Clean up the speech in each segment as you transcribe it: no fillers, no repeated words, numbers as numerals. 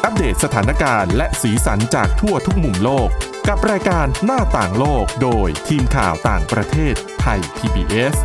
อัปเดตสถานการณ์และสีสันจากทั่วทุกมุมโลกกับรายการหน้าต่างโลกโดยทีมข่าวต่างประเทศไทย PBS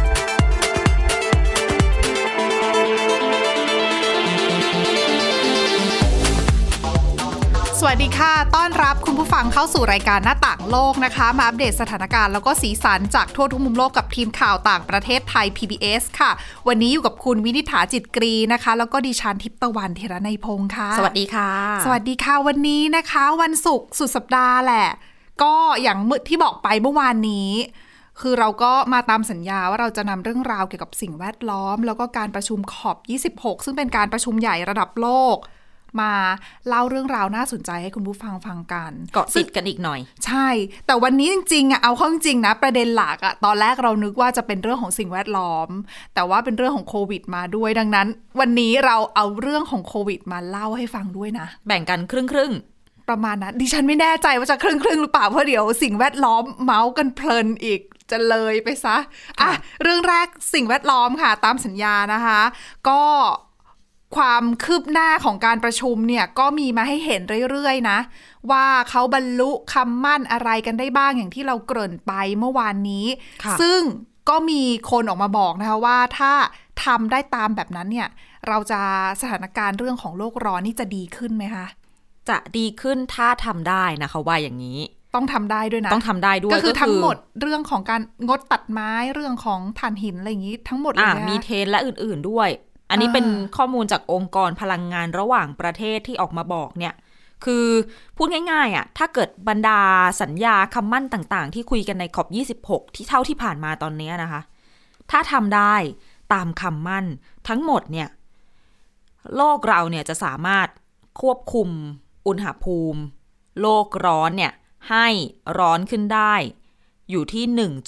สวัสดีค่ะต้อนรับคุณผู้ฟังเข้าสู่รายการหน้าต่างโลกนะคะมาอัปเดตสถานการณ์แล้วก็สีสันจากทั่วทุกมุมโลกกับทีมข่าวต่างประเทศไทย PBS ค่ะวันนี้อยู่กับคุณวินิษฐาจิตกรีนะคะแล้วก็ดิฉันทิพย์ตะวันเทระนัยพงค์ค่ะสวัสดีค่ะสวัสดีค่ะวันนี้นะคะวันศุกร์สุดสัปดาห์แหละก็อย่างที่บอกไปเมื่อวานนี้คือเราก็มาตามสัญญาว่าเราจะนำเรื่องราวเกี่ยวกับสิ่งแวดล้อมแล้วก็การประชุมCOP26ซึ่งเป็นการประชุมใหญ่ระดับโลกมาเล่าเรื่องราวน่าสนใจให้คุณผู้ฟังฟังกันเกาะติดกันอีกหน่อยใช่แต่วันนี้จริงๆเอาเข้าจริงนะประเด็นหลักตอนแรกเรานึกว่าจะเป็นเรื่องของสิ่งแวดล้อมแต่ว่าเป็นเรื่องของโควิดมาด้วยดังนั้นวันนี้เราเอาเรื่องของโควิดมาเล่าให้ฟังด้วยนะแบ่งกันครึ่งประมาณนั้นดิฉันไม่แน่ใจว่าจะครึ่งหรือเปล่าเพราะเดี๋ยวสิ่งแวดล้อมเมาส์กันเพลินอีกจะเลยไปซะเรื่องแรกสิ่งแวดล้อมค่ะตามสัญญานะคะก็ความคืบหน้าของการประชุมเนี่ยก็มีมาให้เห็นเรื่อยๆนะว่าเขาบรรลุคำมั่นอะไรกันได้บ้างอย่างที่เราเกริ่นไปเมื่อวานนี้ซึ่งก็มีคนออกมาบอกนะคะว่าถ้าทำได้ตามแบบนั้นเนี่ยเราจะสถานการณ์เรื่องของโลกร้อนนี่จะดีขึ้นไหมคะจะดีขึ้นถ้าทำได้นะคะว่าอย่างนี้ต้องทำได้ด้วยนะต้องทำได้ด้วยก็คือทั้งหมดเรื่องของการงดตัดไม้เรื่องของถ่านหินอะไรอย่างนี้ทั้งหมดเลยมีเทนและอื่นๆด้วยอันนี้เป็นข้อมูลจากองค์กรพลังงานระหว่างประเทศที่ออกมาบอกเนี่ยคือพูดง่ายๆถ้าเกิดบรรดาสัญญาคำมั่นต่างๆที่คุยกันในCOP26ที่เท่าที่ผ่านมาตอนนี้นะคะถ้าทำได้ตามคำมั่นทั้งหมดเนี่ยโลกเราเนี่ยจะสามารถควบคุมอุณหภูมิโลกร้อนเนี่ยให้ร้อนขึ้นได้อยู่ที่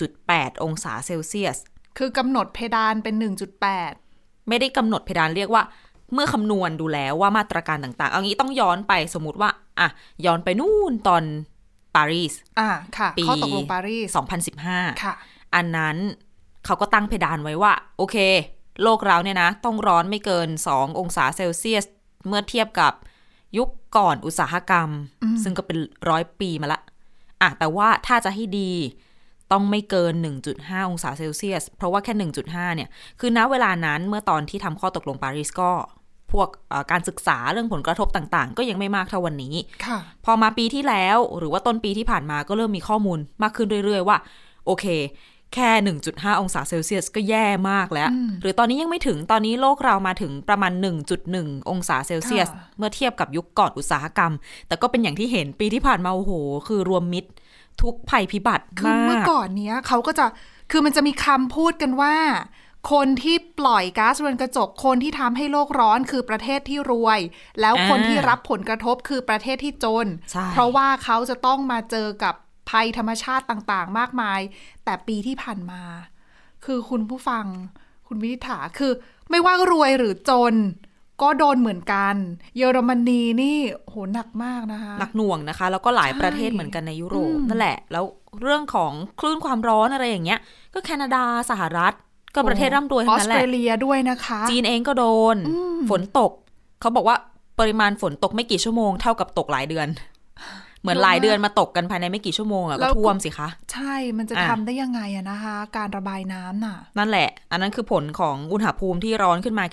1.8 องศาเซลเซียสคือกำหนดเพดานเป็น 1.8 ไม่ได้กำหนดเพดานเรียกว่าเมื่อคำนวณดูแล้วว่ามาตรการต่างๆเอางี้ต้องย้อนไปสมมุติว่าย้อนไปนู่นตอนปารีสค่ะปีข้อตกลงปารีส 2015ค่ะอันนั้นเขาก็ตั้งเพดานไว้ว่าโอเคโลกเราเนี่ยนะต้องร้อนไม่เกิน2องศาเซลเซียสเมื่อเทียบกับยุคก่อนอุตสาหกรรมซึ่งก็เป็น100 ปีมาละแต่ว่าถ้าจะให้ดีต้องไม่เกิน 1.5 องศาเซลเซียสเพราะว่าแค่ 1.5 เนี่ยคือณเวลานั้นเมื่อตอนที่ทำข้อตกลงปารีสก็พวกการศึกษาเรื่องผลกระทบต่างๆก็ยังไม่มากเท่าวันนี้พอมาปีที่แล้วหรือว่าต้นปีที่ผ่านมาก็เริ่มมีข้อมูลมากขึ้นเรื่อยๆว่าโอเคแค่ 1.5 องศาเซลเซียสก็แย่มากแล้วหรือตอนนี้ยังไม่ถึงตอนนี้โลกเรามาถึงประมาณ 1.1 องศาเซลเซียสเมื่อเทียบกับยุคก่อนอุตสาหกรรมแต่ก็เป็นอย่างที่เห็นปีที่ผ่านมาโอ้โหคือรวมมิตรทุกภัยพิบัติมากคือเมื่อก่อนเนี้ยเขาก็จะคือมันจะมีคำพูดกันว่าคนที่ปล่อยก๊าซเรือนกระจกคนที่ทำให้โลกร้อนคือประเทศที่รวยแล้วคนที่รับผลกระทบคือประเทศที่จนเพราะว่าเขาจะต้องมาเจอกับภัยธรรมชาติต่างๆมากมายแต่ปีที่ผ่านมาคือคุณผู้ฟังคุณวินิษฐาคือไม่ว่ารวยหรือจนก็โดนเหมือนกันเยอรมนีนี่โหหนักมากนะคะหนักหน่วงนะคะแล้วก็หลายประเทศเหมือนกันในยุโรปนั่นแหละแล้วเรื่องของคลื่นความร้อนอะไรอย่างเงี้ยก็แคนาดาสหรัฐก็ประเทศร่ำรวยทั้งนั้นแหละออสเตรเลียด้วยนะคะจีนเองก็โดนฝนตกเขาบอกว่าปริมาณฝนตกไม่กี่ชั่วโมงเท่ากับตกหลายเดือนเหมือนหลายเดือนมาตกกันภายในไม่กี่ชั่วโมงก็ท่วมสิคะใช่มันจะทำได้ยังไงนะคะการระบายน้ำน่ะนั่นแหละอันนั้นคือผลของอุณหภูมิที่ร้อนขึ้นมาแค่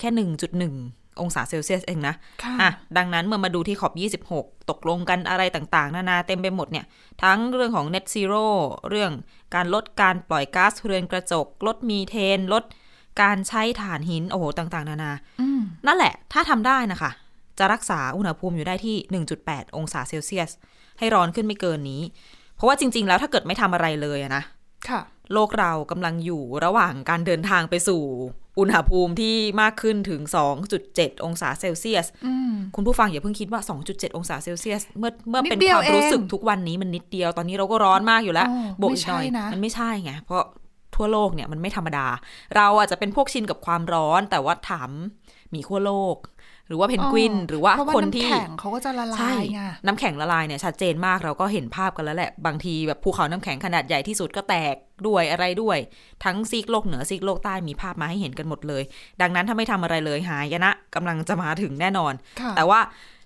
1.1 องศาเซลเซียสเองนะดังนั้นเมื่อมาดูที่COP26ตกลงกันอะไรต่างๆนานาเต็มไปหมดเนี่ยทั้งเรื่องของ Net Zero เรื่องการลดการปล่อยก๊าซเรือนกระจกลดมีเทนลดการใช้ถ่านหินโอ้โหต่างๆนานานั่นแหละถ้าทำได้นะคะจะรักษาอุณหภูมิอยู่ได้ที่ 1.8 องศาเซลเซียสให้ร้อนขึ้นไม่เกินนี้เพราะว่าจริงๆแล้วถ้าเกิดไม่ทำอะไรเลยนะโลกเรากำลังอยู่ระหว่างการเดินทางไปสู่อุณหภูมิที่มากขึ้นถึง 2.7 องศาเซลเซียสคุณผู้ฟังอย่าเพิ่งคิดว่า 2.7 องศาเซลเซียสเมื่อเป็นความรู้สึกทุกวันนี้มันนิดเดียวตอนนี้เราก็ร้อนมากอยู่แล้วบวกอีกหน่อยมันไม่ใช่ไงเพราะทั่วโลกเนี่ยมันไม่ธรรมดาเราอาจจะเป็นพวกชินกับความร้อนแต่ว่าถามหมีขั้วโลก หรือว่าเพนกวินหรือว่าคนที่น้ำแข็งเขาก็จะละลายไงน้ำแข็งละลายเนี่ยชัดเจนมากเราก็เห็นภาพกันแล้วแหละบางทีแบบภูเขาน้ำแข็งขนาดใหญ่ที่สุดก็แตกด้วยอะไรด้วยทั้งซีกโลกเหนือซีกโลกใต้มีภาพมาให้เห็นกันหมดเลยดังนั้นถ้าไม่ทำอะไรเลยหายนะกำลังจะมาถึงแน่นอนแต่ว่า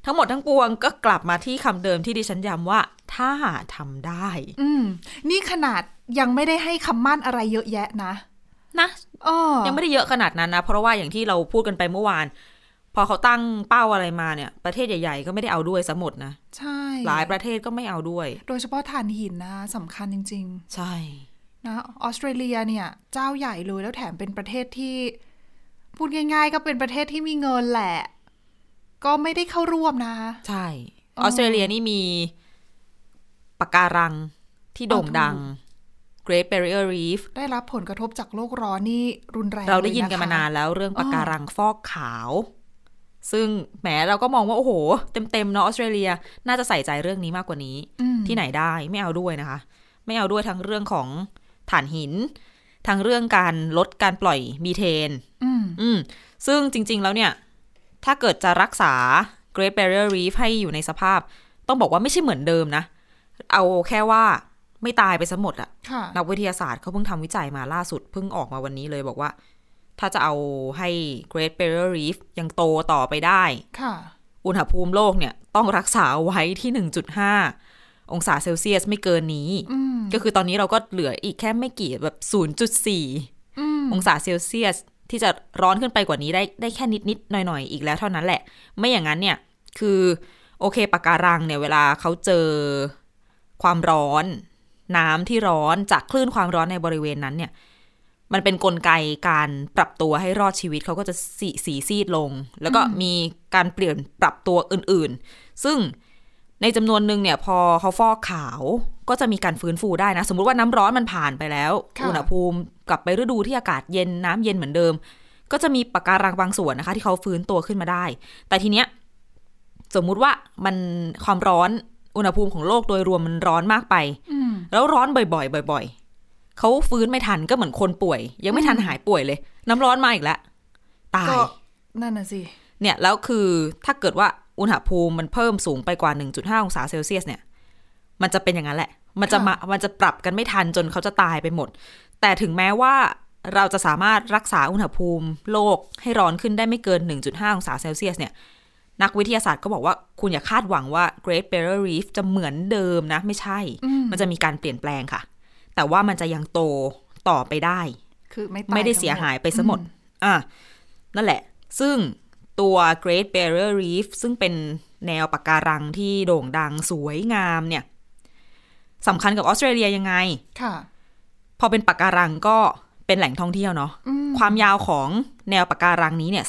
ทั้งหมดทั้งปวงก็กลับมาที่คำเดิมที่ดิฉันย้ำว่าถ้าทำได้นี่ขนาดยังไม่ได้ให้คำมั่นอะไรเยอะแยะนะยังไม่ได้เยอะขนาดนั้นนะเพราะว่าอย่างที่เราพูดกันไปเมื่อวานพอเขาตั้งเป้าอะไรมาเนี่ยประเทศใหญ่ๆก็ไม่ได้เอาด้วยซะหมดนะใช่หลายประเทศก็ไม่เอาด้วยโดยเฉพาะถ่านหินนะสำคัญจริงๆใช่นะออสเตรเลียเนี่ยเจ้าใหญ่เลยแล้วแถมเป็นประเทศที่พูดง่ายๆก็เป็นประเทศที่มีเงินแหละก็ไม่ได้เข้าร่วมนะใช่ออสเตรเลียนี่มีปะการังที่โด่งดัง Great Barrier Reef ได้รับผลกระทบจากโลกร้อนนี่รุนแรงเราได้ยินกันมานานแล้วเรื่องปะการังฟอกขาวซึ่งแหมเราก็มองว่าโอ้โหเต็มๆเนาะออสเตรเลียน่าจะใส่ใจเรื่องนี้มากกว่านี้ที่ไหนได้ไม่เอาด้วยนะคะไม่เอาด้วยทั้งเรื่องของถ่านหินทั้งเรื่องการลดการปล่อยมีเทนซึ่งจริงๆแล้วเนี่ยถ้าเกิดจะรักษา Great Barrier Reef ให้อยู่ในสภาพต้องบอกว่าไม่ใช่เหมือนเดิมนะเอาแค่ว่าไม่ตายไปซะหมดอะนักวิทยาศาสตร์เขาเพิ่งทำวิจัยมาล่าสุดเพิ่งออกมาวันนี้เลยบอกว่าถ้าจะเอาให้ Great Barrier Reef ยังโตต่อไปได้อุณหภูมิโลกเนี่ยต้องรักษาไว้ที่ 1.5 องศาเซลเซียสไม่เกินนี้ก็คือตอนนี้เราก็เหลืออีกแค่ไม่กี่แบบ 0.4 องศาเซลเซียสที่จะร้อนขึ้นไปกว่านี้ได้แค่นิดๆหน่อยๆอีกแล้วเท่านั้นแหละไม่อย่างนั้นเนี่ยคือโอเคปะการังเนี่ยเวลาเขาเจอความร้อนน้ำที่ร้อนจากคลื่นความร้อนในบริเวณนั้นเนี่ยมันเป็นกลไกการปรับตัวให้รอดชีวิตเขาก็จะสีซีดลงแล้วก็มีการเปลี่ยนปรับตัวอื่นๆซึ่งในจำนวนหนึ่งเนี่ยพอเขาฟอกขาวก็จะมีการฟื้นฟูได้นะสมมุติว่าน้ำร้อนมันผ่านไปแล้วอุณหภูมิกลับไปฤดูที่อากาศเย็นน้ำเย็นเหมือนเดิมก็จะมีปะการังบางส่วนนะคะที่เขาฟื้นตัวขึ้นมาได้แต่ทีเนี้ยสมมุติว่ามันความร้อนอุณหภูมิของโลกโดยรวมมันร้อนมากไปแล้วร้อนบ่อยๆเขาฟื้นไม่ทันก็เหมือนคนป่วยยังไม่ทันหายป่วยเลยน้ำร้อนมาอีกแล้วตายนั่นน่ะสิเนี่ยแล้วคือถ้าเกิดว่าอุณหภูมิมันเพิ่มสูงไปกว่า 1.5 องศาเซลเซียสเนี่ยมันจะเป็นอย่างนั้นแหละมันจะปรับกันไม่ทันจนเขาจะตายไปหมดแต่ถึงแม้ว่าเราจะสามารถรักษาอุณหภูมิโลกให้ร้อนขึ้นได้ไม่เกิน 1.5 องศาเซลเซียสเนี่ยนักวิทยาศาสตร์ก็บอกว่าคุณอย่าคาดหวังว่า Great Barrier Reef จะเหมือนเดิมนะไม่ใช่มันจะมีการเปลี่ยนแปลงค่ะแต่ว่ามันจะยังโตต่อไปได้คือไม่ได้เสียหายไปซะหมดนั่นแหละซึ่งตัว Great Barrier Reef ซึ่งเป็นแนวปะการังที่โด่งดังสวยงามเนี่ยสำคัญกับออสเตรเลียยังไงค่ะพอเป็นปะการังก็เป็นแหล่งท่องเที่ยวเนาะความยาวของแนวปะการังนี้เนี่ย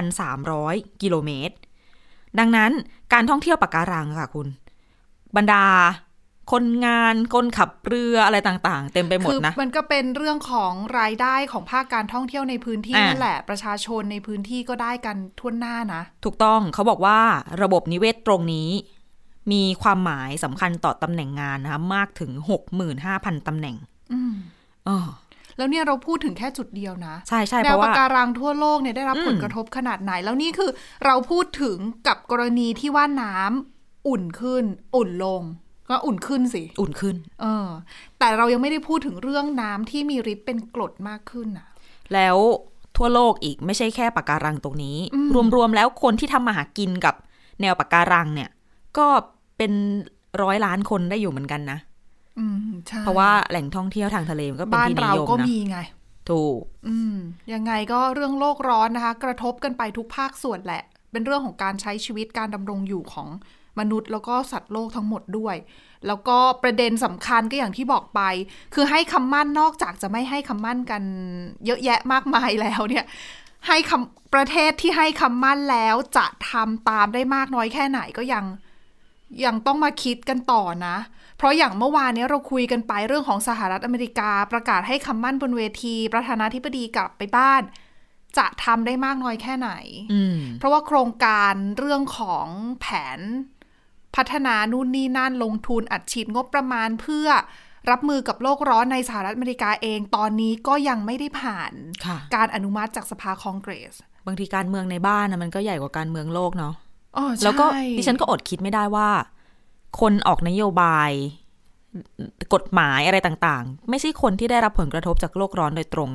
2,300 กิโลเมตรดังนั้นการท่องเที่ยวปะการังค่ะคุณบรรดาคนงานคนขับเรืออะไรต่างๆเต็มไปหมดนะมันก็เป็นเรื่องของรายได้ของภาคการท่องเที่ยวในพื้นที่นั่นแหละประชาชนในพื้นที่ก็ได้กันทั่วหน้านะถูกต้องเขาบอกว่าระบบนิเวศตรงนี้มีความหมายสำคัญต่อตำแหน่งงานนะคะมากถึง 65,000 ตำแหน่งแล้วเนี่ยเราพูดถึงแค่จุดเดียวนะใช่แนวปะการังทั่วโลกเนี่ยได้รับผลกระทบขนาดไหนแล้วนี่คือเราพูดถึงกับกรณีที่ว่าน้ำอุ่นขึ้นอุ่นลงก็อุ่นขึ้นสิอุ่นขึ้นแต่เรายังไม่ได้พูดถึงเรื่องน้ำที่มีฤทธิ์เป็นกรดมากขึ้นอ่ะแล้วทั่วโลกอีกไม่ใช่แค่ปะการังตรงนี้รวมๆแล้วคนที่ทำมาหากินกับแนวปะการังเนี่ยก็เป็น100 ล้านคนได้อยู่เหมือนกันนะเพราะว่าแหล่งท่องเที่ยวทางทะเลก็เป็นที่นิยมนะบ้านเราก็มีไงถูกยังไงก็เรื่องโลกร้อนนะคะกระทบกันไปทุกภาคส่วนแหละเป็นเรื่องของการใช้ชีวิตการดำรงอยู่ของมนุษย์แล้วก็สัตว์โลกทั้งหมดด้วยแล้วก็ประเด็นสำคัญก็อย่างที่บอกไปคือให้คำมั่นนอกจากจะไม่ให้คำมั่นกันเยอะแยะมากมายแล้วเนี่ยให้ประเทศที่ให้คำมั่นแล้วจะทำตามได้มากน้อยแค่ไหนก็ยังต้องมาคิดกันต่อนะเพราะอย่างเมื่อวานนี้เราคุยกันไปเรื่องของสหรัฐอเมริกาประกาศให้คำมั่นบนเวทีประธานาธิบดีกลับไปบ้านจะทำได้มากน้อยแค่ไหนเพราะว่าโครงการเรื่องของแผนพัฒนานู่นนี่นั่นลงทุนอัดฉีดงบประมาณเพื่อรับมือกับโลกร้อนในสหรัฐอเมริกาเองตอนนี้ก็ยังไม่ได้ผ่านการอนุมัติจากสภาคองเกรสบางทีการเมืองในบ้านนะมันก็ใหญ่กว่าการเมืองโลกเนาะแล้วก็ดิฉันก็อดคิดไม่ได้ว่าคนออกนโยบายกฎหมายอะไรต่างๆไม่ใช่คนที่ได้รับผลกระทบจากโลกร้อนโดยตรงไง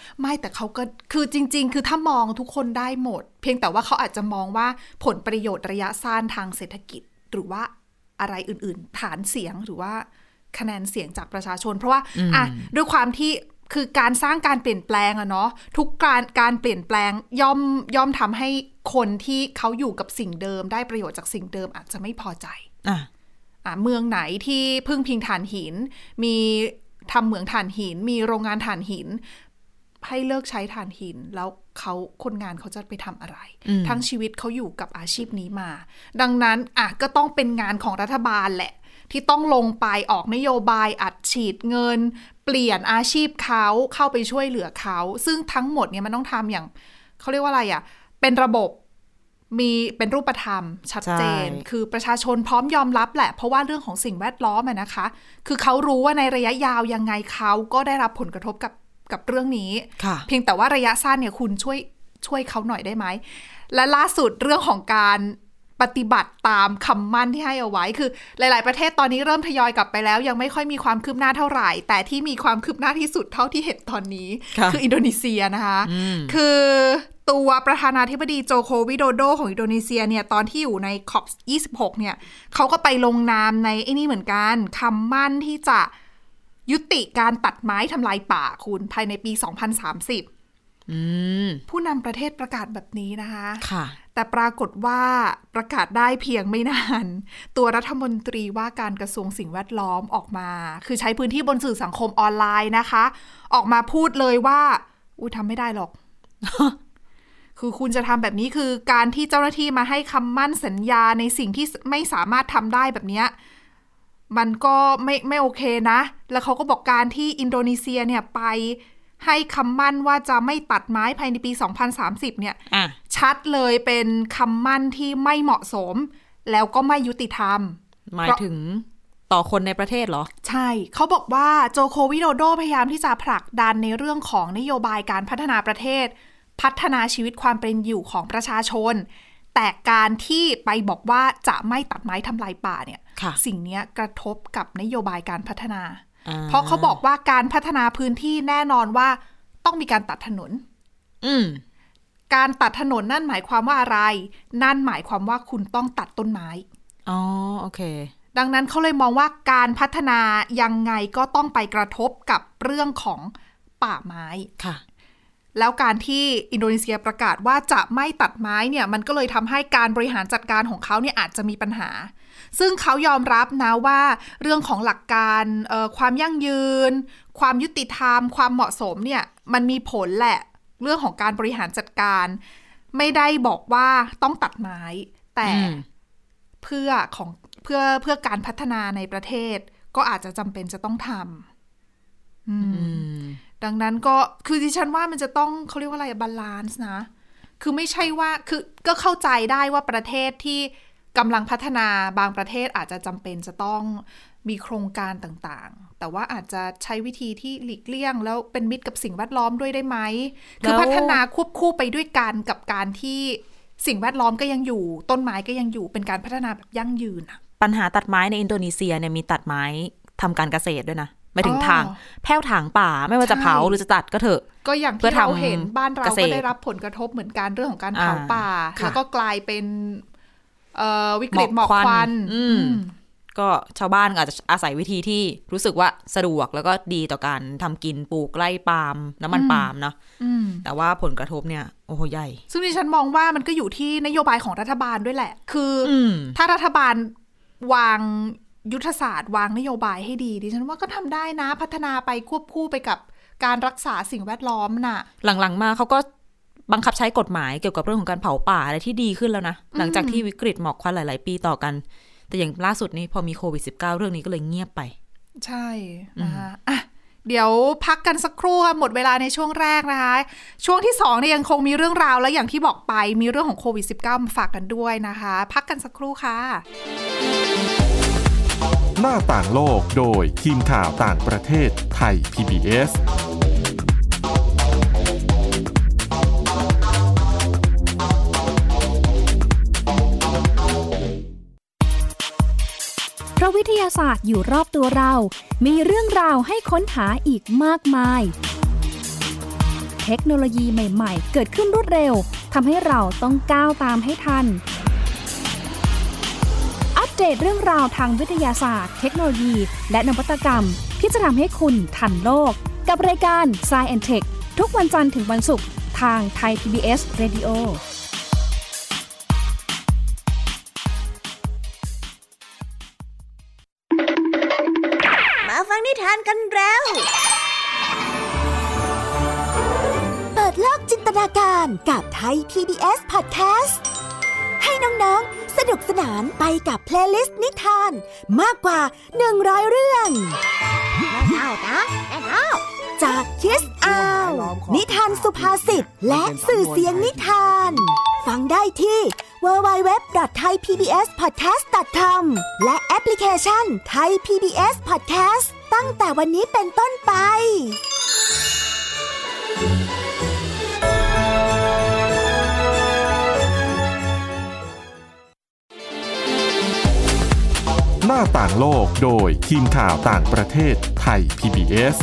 ไม่แต่เขาก็คือจริงๆคือถ้ามองทุกคนได้หมดเพียงแต่ว่าเขาอาจจะมองว่าผลประโยชน์ระยะสั้นทางเศรษฐกิจหรือว่าอะไรอื่นๆฐานเสียงหรือว่าคะแนนเสียงจากประชาชนเพราะว่าด้วยความที่คือการสร้างการเปลี่ยนแปลงอะเนาะทุกการเปลี่ยนแปลงย่อมทำให้คนที่เขาอยู่กับสิ่งเดิมได้ประโยชน์จากสิ่งเดิมอาจจะไม่พอใจเมืองไหนที่พึ่งพิงถ่านหินมีทำเหมืองถ่านหินมีโรงงานถ่านหินให้เลิกใช้ถ่านหินแล้วคนงานเขาจะไปทำอะไรทั้งชีวิตเขาอยู่กับอาชีพนี้มาดังนั้นก็ต้องเป็นงานของรัฐบาลแหละที่ต้องลงไปออกนโยบายอัดฉีดเงินเปลี่ยนอาชีพเขาเข้าไปช่วยเหลือเขาซึ่งทั้งหมดเนี่ยมันต้องทำอย่างเขาเรียกว่าอะไรเป็นระบบมีเป็นรูปธรรมชัดเจนคือประชาชนพร้อมยอมรับแหละเพราะว่าเรื่องของสิ่งแวดล้อมนะคะคือเขารู้ว่าในระยะยาวยังไงเขาก็ได้รับผลกระทบกับเรื่องนี้เพียงแต่ว่าระยะสั้นเนี่ยคุณช่วยเขาหน่อยได้ไหมและล่าสุดเรื่องของการปฏิบัติตามคำมั่นที่ให้เอาไว้คือหลายๆประเทศตอนนี้เริ่มทยอยกลับไปแล้วยังไม่ค่อยมีความคืบหน้าเท่าไหร่แต่ที่มีความคืบหน้าที่สุดเท่าที่เห็นตอนนี้คืออินโดนีเซียนะคะคือตัวประธานาธิบดีโจโควิโดโดของอินโดนีเซียเนี่ยตอนที่อยู่ในคอป26เนี่ยเขาก็ไปลงนามในไอ้นี่เหมือนกันคำมั่นที่จะยุติการตัดไม้ทำลายป่าคุณภายในปี2030ผู้นำประเทศประกาศแบบนี้นะคะแต่ปรากฏว่าประกาศได้เพียงไม่นานตัวรัฐมนตรีว่าการกระทรวงสิ่งแวดล้อมออกมาคือใช้พื้นที่บนสื่อสังคมออนไลน์นะคะออกมาพูดเลยว่าทำไม่ได้หรอก คือคุณจะทำแบบนี้คือการที่เจ้าหน้าที่มาให้คำมั่นสัญญาในสิ่งที่ไม่สามารถทำได้แบบนี้มันก็ไม่โอเคนะแล้วเขาก็บอกการที่อินโดนีเซียเนี่ยไปให้คำมั่นว่าจะไม่ตัดไม้ภายในปี2030เนี่ยชัดเลยเป็นคำมั่นที่ไม่เหมาะสมแล้วก็ไม่ยุติธรรมหมายถึงต่อคนในประเทศเหรอใช่เขาบอกว่าโจโควิโดโดพยายามที่จะผลักดันในเรื่องของนโยบายการพัฒนาประเทศพัฒนาชีวิตความเป็นอยู่ของประชาชนแต่การที่ไปบอกว่าจะไม่ตัดไม้ทำลายป่าเนี่ยสิ่งนี้กระทบกับนโยบายการพัฒนาเพราะเขาบอกว่าการพัฒนาพื้นที่แน่นอนว่าต้องมีการตัดถนนการตัดถนนนั่นหมายความว่าอะไรนั่นหมายความว่าคุณต้องตัดต้นไม้โอเคดังนั้นเขาเลยมองว่าการพัฒนายังไงก็ต้องไปกระทบกับเรื่องของป่าไม้ค่ะแล้วการที่อินโดนีเซียประกาศว่าจะไม่ตัดไม้เนี่ยมันก็เลยทำให้การบริหารจัดการของเขาเนี่ยอาจจะมีปัญหาซึ่งเขายอมรับนะว่าเรื่องของหลักการความยั่งยืนความยุติธรรมความเหมาะสมเนี่ยมันมีผลแหละเรื่องของการบริหารจัดการไม่ได้บอกว่าต้องตัดไม้แต่เพื่อการพัฒนาในประเทศก็อาจจะจำเป็นจะต้องทำดังนั้นก็คือดิฉันว่ามันจะต้องเขาเรียกว่าอะไรบาลานซ์นะคือไม่ใช่ว่าคือก็เข้าใจได้ว่าประเทศที่กำลังพัฒนาบางประเทศอาจจะจำเป็นจะต้องมีโครงการต่างๆแต่ว่าอาจจะใช้วิธีที่หลีกเลี่ยงแล้วเป็นมิตรกับสิ่งแวดล้อมด้วยได้ไหมคือพัฒนาควบคู่ไปด้วยกันกับการที่สิ่งแวดล้อมก็ยังอยู่ต้นไม้ก็ยังอยู่เป็นการพัฒนาแบบยั่งยืนปัญหาตัดไม้ในอินโดนีเซียเนี่ยมีตัดไม้ทำการเกษตรด้วยนะหมายถึงทางแผ้วถางป่าไม่ว่าจะเผาหรือจะตัดก็เถอะก็อย่างที่เราเห็นบ้านเราก็ได้รับผลกระทบเหมือนกันเรื่องของการเผาป่าแล้วก็กลายเป็นวิกฤตหมอกควันก็ชาวบ้านอาจจะอาศัยวิธีที่รู้สึกว่าสะดวกแล้วก็ดีต่อการทำกินปลูกไร่ปาล์มน้ำมันปาล์มเนาะแต่ว่าผลกระทบเนี่ยโอ้โหใหญ่ซึ่งดิฉันมองว่ามันก็อยู่ที่นโยบายของรัฐบาลด้วยแหละคือถ้ารัฐบาลวางยุทธศาสตร์วางนโยบายให้ดีดิฉันว่าก็ทำได้นะพัฒนาไปควบคู่ไปกับการรักษาสิ่งแวดล้อมน่ะหลังๆมาเขาก็บังคับใช้กฎหมายเกี่ยวกับเรื่องของการเผาป่าอะไรที่ดีขึ้นแล้วนะหลังจากที่วิกฤตหมอกควันหลายๆปีต่อกันแต่อย่างล่าสุดนี้พอมีโควิด -19 เรื่องนี้ก็เลยเงียบไปใช่นะคะเดี๋ยวพักกันสักครู่ค่ะหมดเวลาในช่วงแรกนะคะช่วงที่2เนี่ยยังคงมีเรื่องราวและอย่างที่บอกไปมีเรื่องของโควิด -19 มาฝากกันด้วยนะคะพักกันสักครู่ค่ะหน้าต่างโลกโดยทีมข่าวต่างประเทศไทย PBS เพราะวิทยาศาสตร์อยู่รอบตัวเรามีเรื่องราวให้ค้นหาอีกมากมายเทคโนโลยีใหม่ๆเกิดขึ้นรวดเร็วทำให้เราต้องก้าวตามให้ทันอัปเดตเรื่องราวทางวิทยาศาสตร์เทคโนโลยีและนวัตกรรมที่จะทำให้คุณทันโลกกับรายการ Science and Tech ทุกวันจันทร์ถึงวันศุกร์ทางไทย PBS Radio มาฟังนิทานกันแล้วเปิดโลกจินตนาการกับไทย PBS Podcast ให้น้องๆสนุกสนานไปกับเพลย์ลิสต์นิทานมากกว่า100เรื่องแม่เท่านะแม่เท่าจากคิสอาวนิทานสุภาษิตและสื่อเสียงนิทานฟังได้ที่ www.thaipbspodcast.com และแอปพลิเคชัน Thai PBS Podcast ตั้งแต่วันนี้เป็นต้นไปหน้าต่างโลกโดยทีมข่าวต่างประเทศไทย PBS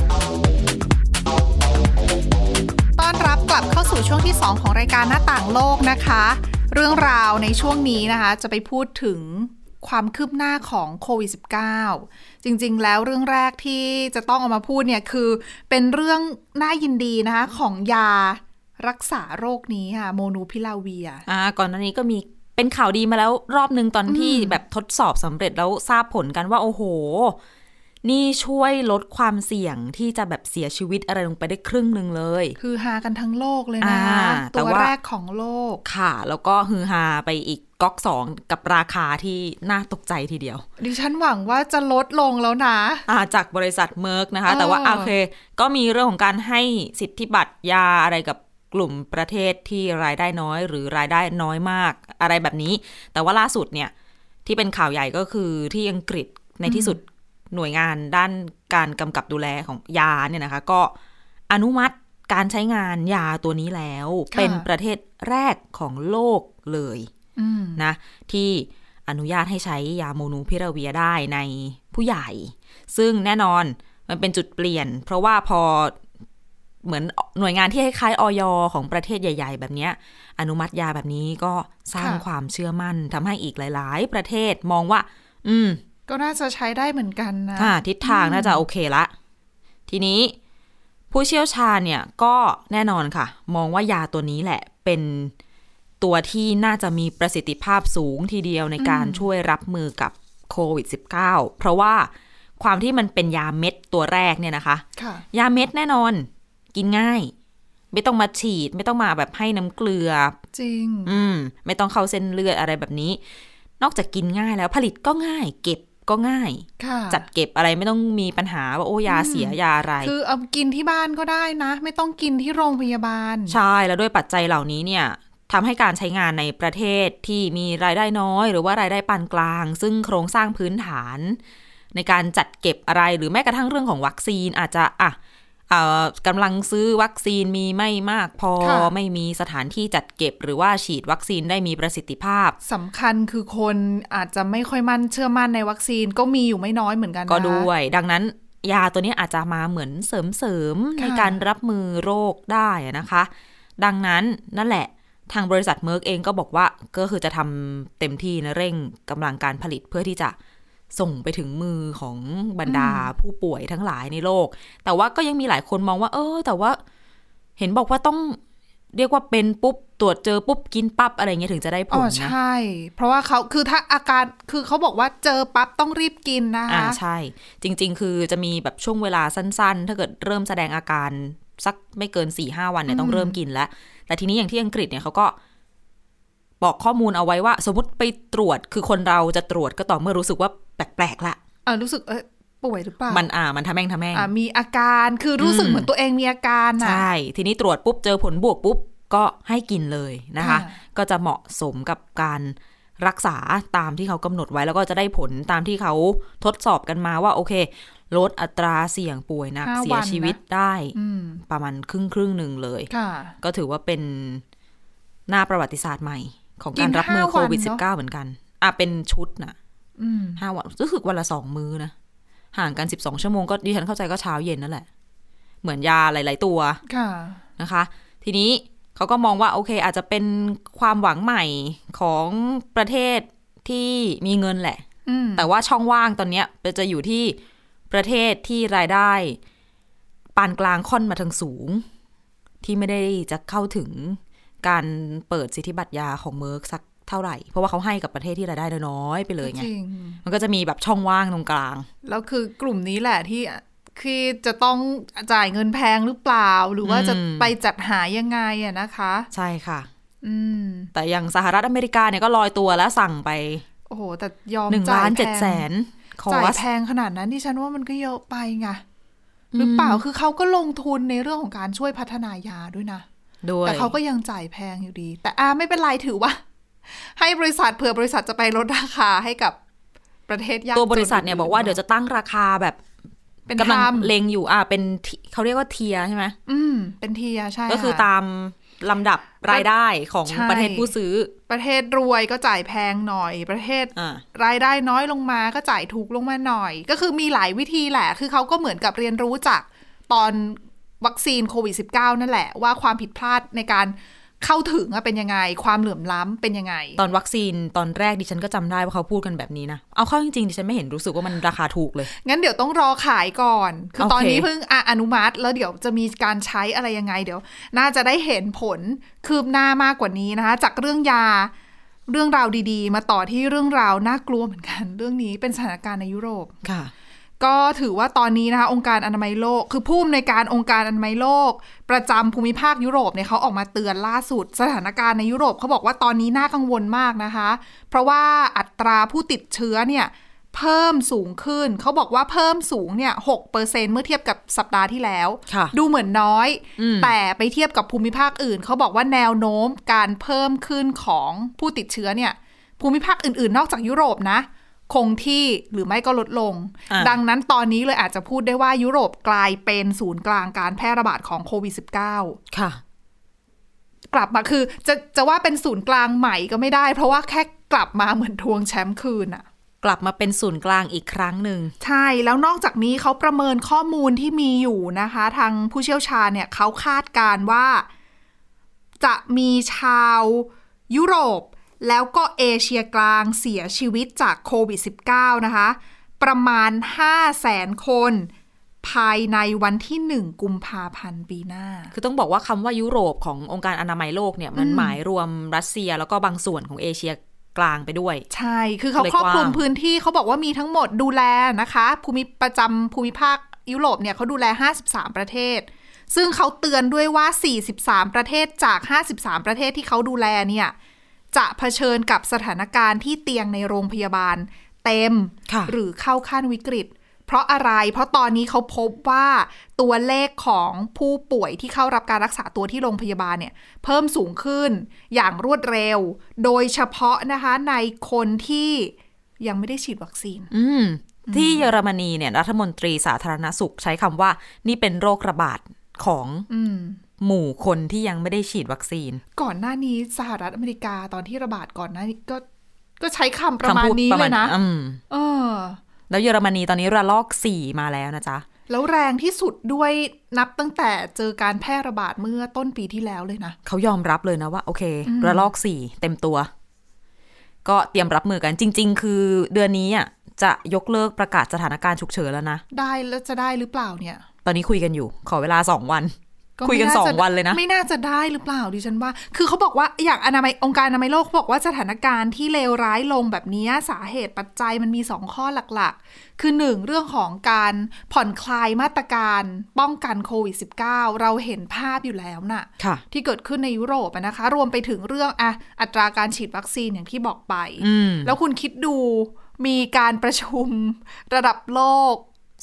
ต้อนรับกลับเข้าสู่ช่วงที่2ของรายการหน้าต่างโลกนะคะเรื่องราวในช่วงนี้นะคะจะไปพูดถึงความคืบหน้าของโควิด -19 จริงๆแล้วเรื่องแรกที่จะต้องเอามาพูดเนี่ยคือเป็นเรื่องน่ายินดีนะคะของยารักษาโรคนี้ค่ะโมนูพิลาเวียก่อนหน้านี้ก็มีเป็นข่าวดีมาแล้วรอบนึงตอนที่แบบทดสอบสำเร็จแล้วทราบผลกันว่าโอ้โหนี่ช่วยลดความเสี่ยงที่จะแบบเสียชีวิตอะไรลงไปได้ครึ่งนึงเลยคือฮากันทั้งโลกเลยนะตัวแรกของโลกค่ะแล้วก็ฮือฮาไปอีกก๊อก2กับราคาที่น่าตกใจทีเดียวดิฉันหวังว่าจะลดลงแล้วนะจากบริษัทเมอร์กนะคะแต่ว่าโอเคก็มีเรื่องของการให้สิทธิบัตรยาอะไรกับกลุ่มประเทศที่รายได้น้อยหรือรายได้น้อยมากอะไรแบบนี้แต่ว่าล่าสุดเนี่ยที่เป็นข่าวใหญ่ก็คือที่อังกฤษในที่สุดหน่วยงานด้านการกำกับดูแลของยาเนี่ยนะคะก็อนุมัติการใช้งานยาตัวนี้แล้วเป็นประเทศแรกของโลกเลยนะที่อนุญาตให้ใช้ยาโมนูพิราเวียได้ในผู้ใหญ่ซึ่งแน่นอนมันเป็นจุดเปลี่ยนเพราะว่าพอเหมือนหน่วยงานที่คล้ายๆอย.ของประเทศใหญ่ๆแบบนี้อนุมัติยาแบบนี้ก็สร้างความเชื่อมั่นทำให้อีกหลายๆประเทศมองว่าก็น่าจะใช้ได้เหมือนกันนะทิศทางน่าจะโอเคละทีนี้ผู้เชี่ยวชาญเนี่ยก็แน่นอนค่ะมองว่ายาตัวนี้แหละเป็นตัวที่น่าจะมีประสิทธิภาพสูงทีเดียวในการช่วยรับมือกับโควิด -19 เพราะว่าความที่มันเป็นยาเม็ดตัวแรกเนี่ยนะคะยาเม็ดแน่นอนกินง่ายไม่ต้องมาฉีดไม่ต้องมาแบบให้น้ำเกลือจริงไม่ต้องเข้าเส้นเลือดอะไรแบบนี้นอกจากกินง่ายแล้วผลิตก็ง่ายเก็บก็ง่ายจัดเก็บอะไรไม่ต้องมีปัญหาว่าโอ้ยาเสียยาอะไรคือเอากินที่บ้านก็ได้นะไม่ต้องกินที่โรงพยาบาลใช่แล้วด้วยปัจจัยเหล่านี้เนี่ยทำให้การใช้งานในประเทศที่มีรายได้น้อยหรือว่ารายได้ปานกลางซึ่งโครงสร้างพื้นฐานในการจัดเก็บอะไรหรือแม้กระทั่งเรื่องของวัคซีนอาจจะกำลังซื้อวัคซีนมีไม่มากพอไม่มีสถานที่จัดเก็บหรือว่าฉีดวัคซีนได้มีประสิทธิภาพสำคัญคือคนอาจจะไม่ค่อยเชื่อมั่นในวัคซีนก็มีอยู่ไม่น้อยเหมือนกันนะก็ด้วยดังนั้นยาตัวนี้อาจจะมาเหมือนเสริมในการรับมือโรคได้นะคะดังนั้นนั่นแหละทางบริษัทเมอร์กเองก็บอกว่าก็คือจะทำเต็มที่นะเร่งกำลังการผลิตเพื่อที่จะส่งไปถึงมือของบรรดาผู้ป่วยทั้งหลายในโลกแต่ว่าก็ยังมีหลายคนมองว่าแต่ว่าเห็นบอกว่าต้องเรียกว่าเป็นปุ๊บตรวจเจอปุ๊บกินปั๊บอะไรเงี้ยถึงจะได้ผลนะใช่เพราะว่าเขาคือถ้าอาการคือเขาบอกว่าเจอปั๊บต้องรีบกินนะคะใช่จริงๆคือจะมีแบบช่วงเวลาสั้นๆถ้าเกิดเริ่มแสดงอาการสักไม่เกิน 4-5 วันเนี่ยต้องเริ่มกินแล้วแต่ทีนี้อย่างที่อังกฤษเนี่ยเขาก็บอกข้อมูลเอาไว้ว่าสมมติไปตรวจคือคนเราจะตรวจก็ต่อเมื่อรู้สึกว่าแปลกๆละรู้สึกป่วยหรือเปล่ามันทะแม่งมีอาการคือรู้สึกเหมือนตัวเองมีอาการใช่ทีนี้ตรวจปุ๊บเจอผลบวกปุ๊บก็ให้กินเลยนะคะก็จะเหมาะสมกับการรักษาตามที่เขากำหนดไว้แล้วก็จะได้ผลตามที่เขาทดสอบกันมาว่าโอเคลดอัตราเสี่ยงป่วยหนักเสียชีวิตได้ประมาณครึ่งนึงเลยก็ถือว่าเป็นหน้าประวัติศาสตร์ใหม่ของการรับมือโควิด -19 เหมือนกันเป็นชุดนะ5 วันรู้สึกวันละ2 มื้อนะห่างกัน12 ชั่วโมงก็ดิฉันเข้าใจก็เช้าเย็นนั่นแหละเหมือนยาหลายๆตัวนะคะทีนี้เขาก็มองว่าโอเคอาจจะเป็นความหวังใหม่ของประเทศที่มีเงินแหละแต่ว่าช่องว่างตอนนี้จะอยู่ที่ประเทศที่รายได้ปานกลางค่อนมาทางสูงที่ไม่ได้จะเข้าถึงการเปิดสิทธิบัตรยาของเมอร์กสักเท่าไหร่เพราะว่าเขาให้กับประเทศที่รายได้น้อยไปเลยไงมันก็จะมีแบบช่องว่างตรงกลางแล้วคือกลุ่มนี้แหละที่คือจะต้องจ่ายเงินแพงหรือเปล่าหรือว่าจะไปจัดหายังไงอะนะคะใช่ค่ะแต่อย่างสหรัฐอเมริกาเนี่ยก็ลอยตัวแล้วสั่งไปโอ้โหแต่ยอมจ่ายแพงจ่ายแพงขนาดนั้นดิฉันว่ามันก็เยอะไปไงหรือเปล่าคือเขาก็ลงทุนในเรื่องของการช่วยพัฒนายาด้วยนะแต่เขาก็ยังจ่ายแพงอยู่ดีแต่ไม่เป็นไรถือว่าให้บริษัทเผื่อบริษัทจะไปลดราคาให้กับประเทศยากจนตัวบริษัทเนี่ยบอกว่าเดี๋ยวจะตั้งราคาแบบกำลังเล็งอยู่เป็นเขาเรียกว่าเทียร์ใช่ไหมเป็นเทียร์ใช่ก็คือตามลำดับรายได้ของประเทศผู้ซื้อประเทศรวยก็จ่ายแพงหน่อยประเทศรายได้น้อยลงมาก็จ่ายถูกลงมาหน่อยก็คือมีหลายวิธีแหละคือเขาก็เหมือนกับเรียนรู้จากตอนวัคซีนโควิด -19 นั่นแหละว่าความผิดพลาดในการเข้าถึงเป็นยังไงความเหลื่อมล้ำเป็นยังไงตอนวัคซีนตอนแรกดิฉันก็จำได้ว่าเขาพูดกันแบบนี้นะเอาเข้าจริงๆดิฉันไม่เห็นรู้สึกว่ามันราคาถูกเลยงั้นเดี๋ยวต้องรอขายก่อนคือตอนนี้เพิ่งอนุมัติแล้วเดี๋ยวจะมีการใช้อะไรยังไงเดี๋ยวน่าจะได้เห็นผลคืบหน้ามากกว่านี้นะคะจากเรื่องยาเรื่องราวดีๆมาต่อที่เรื่องราวน่ากลัวเหมือนกันเรื่องนี้เป็นสถานการณ์ในยุโรปค่ะก็ถือว่าตอนนี้นะคะองค์การอนามัยโลกคือผู้อำนวยการองค์การอนามัยโลกประจำภูมิภาคยุโรปเนี่ยเขาออกมาเตือนล่าสุดสถานการณ์ในยุโรปเขาบอกว่าตอนนี้น่ากังวลมากนะคะเพราะว่าอัตราผู้ติดเชื้อเนี่ยเพิ่มสูงขึ้นเขาบอกว่าเพิ่มสูงเนี่ย 6% เมื่อเทียบกับสัปดาห์ที่แล้วดูเหมือนน้อยแต่ไปเทียบกับภูมิภาคอื่นเขาบอกว่าแนวโน้มการเพิ่มขึ้นของผู้ติดเชื้อเนี่ยภูมิภาคอื่นๆนอกจากยุโรปนะคงที่หรือไม่ก็ลดลงดังนั้นตอนนี้เลยอาจจะพูดได้ว่ายุโรปกลายเป็นศูนย์กลางการแพร่ระบาดของโควิด -19 ค่ะกลับมาคือจะว่าเป็นศูนย์กลางใหม่ก็ไม่ได้เพราะว่าแค่กลับมาเหมือนทวงแชมป์คืนอะกลับมาเป็นศูนย์กลางอีกครั้งหนึ่งใช่แล้วนอกจากนี้เขาประเมินข้อมูลที่มีอยู่นะคะทางผู้เชี่ยวชาญเนี่ยเขาคาดการณ์ว่าจะมีชาวยุโรปแล้วก็เอเชียกลางเสียชีวิตจากโควิด -19 นะคะประมาณ 500,000 คนภายในวันที่1กุมภาพันธ์ปีหน้าคือต้องบอกว่าคำว่ายุโรปขององค์การอนามัยโลกเนี่ยมันหมายรวมรัสเซียแล้วก็บางส่วนของเอเชียกลางไปด้วยใช่คือเขาครอบคลุมพื้นที่เขาบอกว่ามีทั้งหมดดูแลนะคะประจำภูมิภาคยุโรปเนี่ยเขาดูแล53ประเทศซึ่งเขาเตือนด้วยว่า43ประเทศจาก53ประเทศที่เขาดูแลเนี่ยจะเผชิญกับสถานการณ์ที่เตียงในโรงพยาบาลเต็มหรือเข้าขั้นวิกฤตเพราะอะไรเพราะตอนนี้เขาพบว่าตัวเลขของผู้ป่วยที่เข้ารับการรักษาตัวที่โรงพยาบาลเนี่ยเพิ่มสูงขึ้นอย่างรวดเร็วโดยเฉพาะนะคะในคนที่ยังไม่ได้ฉีดวัคซีนที่เยอรมนีเนี่ยรัฐมนตรีสาธารณสุขใช้คำว่านี่เป็นโรคระบาดของหมู่คนที่ยังไม่ได้ฉีดวัคซีนก่อนหน้านี้สหรัฐอเมริกาตอนที่ระบาดก่อนหน้านี้ก็ใช้คำประมาณนี้เลยนะแล้วเยอรมนีตอนนี้ระลอก4มาแล้วนะจ๊ะแล้วแรงที่สุดด้วยนับตั้งแต่เจอการแพร่ระบาดเมื่อต้นปีที่แล้วเลยนะเขายอมรับเลยนะว่าโอเคระลอก4เต็มตัวก็เตรียมรับมือกันจริงๆคือเดือนนี้อ่ะจะยกเลิกประกาศสถานการณ์ฉุกเฉินแล้วนะได้แล้วจะได้หรือเปล่าเนี่ยตอนนี้คุยกันอยู่ขอเวลา2วันคุยกัน2วันเลยนะไม่น่าจะได้หรือเปล่าดิฉันว่าคือเขาบอกว่าอย่างองค์การอนามัยโลกบอกว่าสถานการณ์ที่เลวร้ายลงแบบนี้สาเหตุปัจจัยมันมี2ข้อหลักๆคือ1เรื่องของการผ่อนคลายมาตรการป้องกันโควิด -19 เราเห็นภาพอยู่แล้วน่ะที่เกิดขึ้นในยุโรปนะคะรวมไปถึงเรื่องอัตราการฉีดวัคซีนอย่างที่บอกไปแล้วคุณคิดดูมีการประชุมระดับโลก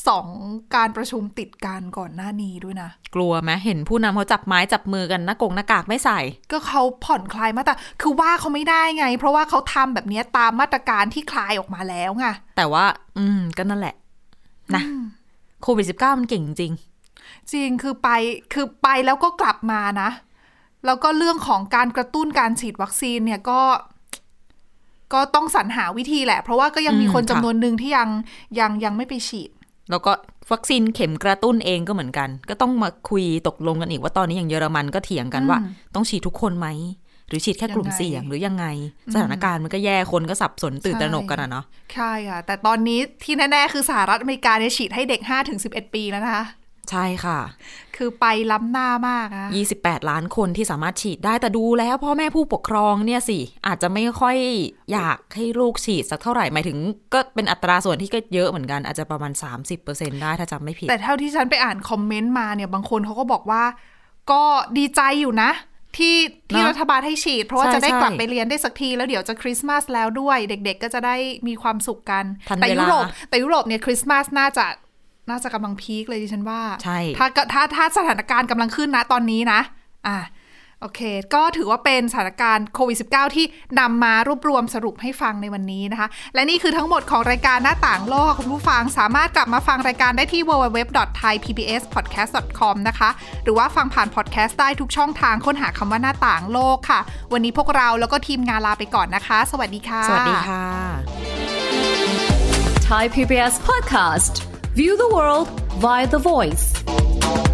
2การประชุมติดกันก่อนหน้านี้ด้วยนะกลัวไหมเห็นผู้นำเขาจับไม้จับมือกันหน้ากากไม่ใส่ก็เขาผ่อนคลายมาตรคือว่าเขาไม่ได้ไงเพราะว่าเขาทำแบบนี้ตามมาตรการที่คลายออกมาแล้วไงแต่ว่าก็นั่นแหละนะโควิด -19 มันเก่งจริงจริงคือไปแล้วก็กลับมานะแล้วก็เรื่องของการกระตุ้นการฉีดวัคซีนเนี่ยก็ต้องสรรหาวิธีแหละเพราะว่าก็ยังมีคนจำนวนนึงที่ยังไม่ไปฉีดแล้วก็วัคซีนเข็มกระตุ้นเองก็เหมือนกันก็ต้องมาคุยตกลงกันอีกว่าตอนนี้อย่างเยอรมันก็เถียงกันว่าต้องฉีดทุกคนไหมหรือฉีดแค่กลุ่มเสี่ยงหรือยังไงสถานการณ์มันก็แย่คนก็สับสนตื่นตระหนกกันเนาะใช่ค่ะแต่ตอนนี้ที่แน่ๆคือสหรัฐอเมริกาเนี่ยฉีดให้เด็ก 5-11 ปีแล้วนะคะใช่ค่ะคือไปล้ำหน้ามากอะ 28 ล้านคนที่สามารถฉีดได้แต่ดูแล้วพ่อแม่ผู้ปกครองเนี่ยสิอาจจะไม่ค่อยอยากให้ลูกฉีดสักเท่าไหร่หมายถึงก็เป็นอัตราส่วนที่ก็เยอะเหมือนกันอาจจะประมาณ 30% ได้ถ้าจำไม่ผิดแต่เท่าที่ฉันไปอ่านคอมเมนต์มาเนี่ยบางคนเขาก็บอกว่าก็ดีใจอยู่นะที่รัฐบาลให้ฉีดเพราะว่าจะได้กลับไปเรียนได้สักทีแล้วเดี๋ยวจะคริสต์มาสแล้วด้วยเด็กๆก็จะได้มีความสุขกันแต่ยุโรปเนี่ยคริสต์มาสน่าจะกำลังพีคเลยดิฉันว่าถ้าสถานการณ์กำลังขึ้นนะตอนนี้นะโอเคก็ถือว่าเป็นสถานการณ์โควิด -19 ที่นำมารวบรวมสรุปให้ฟังในวันนี้นะคะและนี่คือทั้งหมดของรายการหน้าต่างโลกคุณผู้ฟังสามารถกลับมาฟังรายการได้ที่ www.thaipbspodcast.com นะคะหรือว่าฟังผ่านพอดแคสต์ได้ทุกช่องทางค้นหาคำว่าหน้าต่างโลกค่ะวันนี้พวกเราแล้วก็ทีมงานลาไปก่อนนะคะสวัสดีค่ะสวัสดีค่ะ Thai PBS Podcast View the world via the voice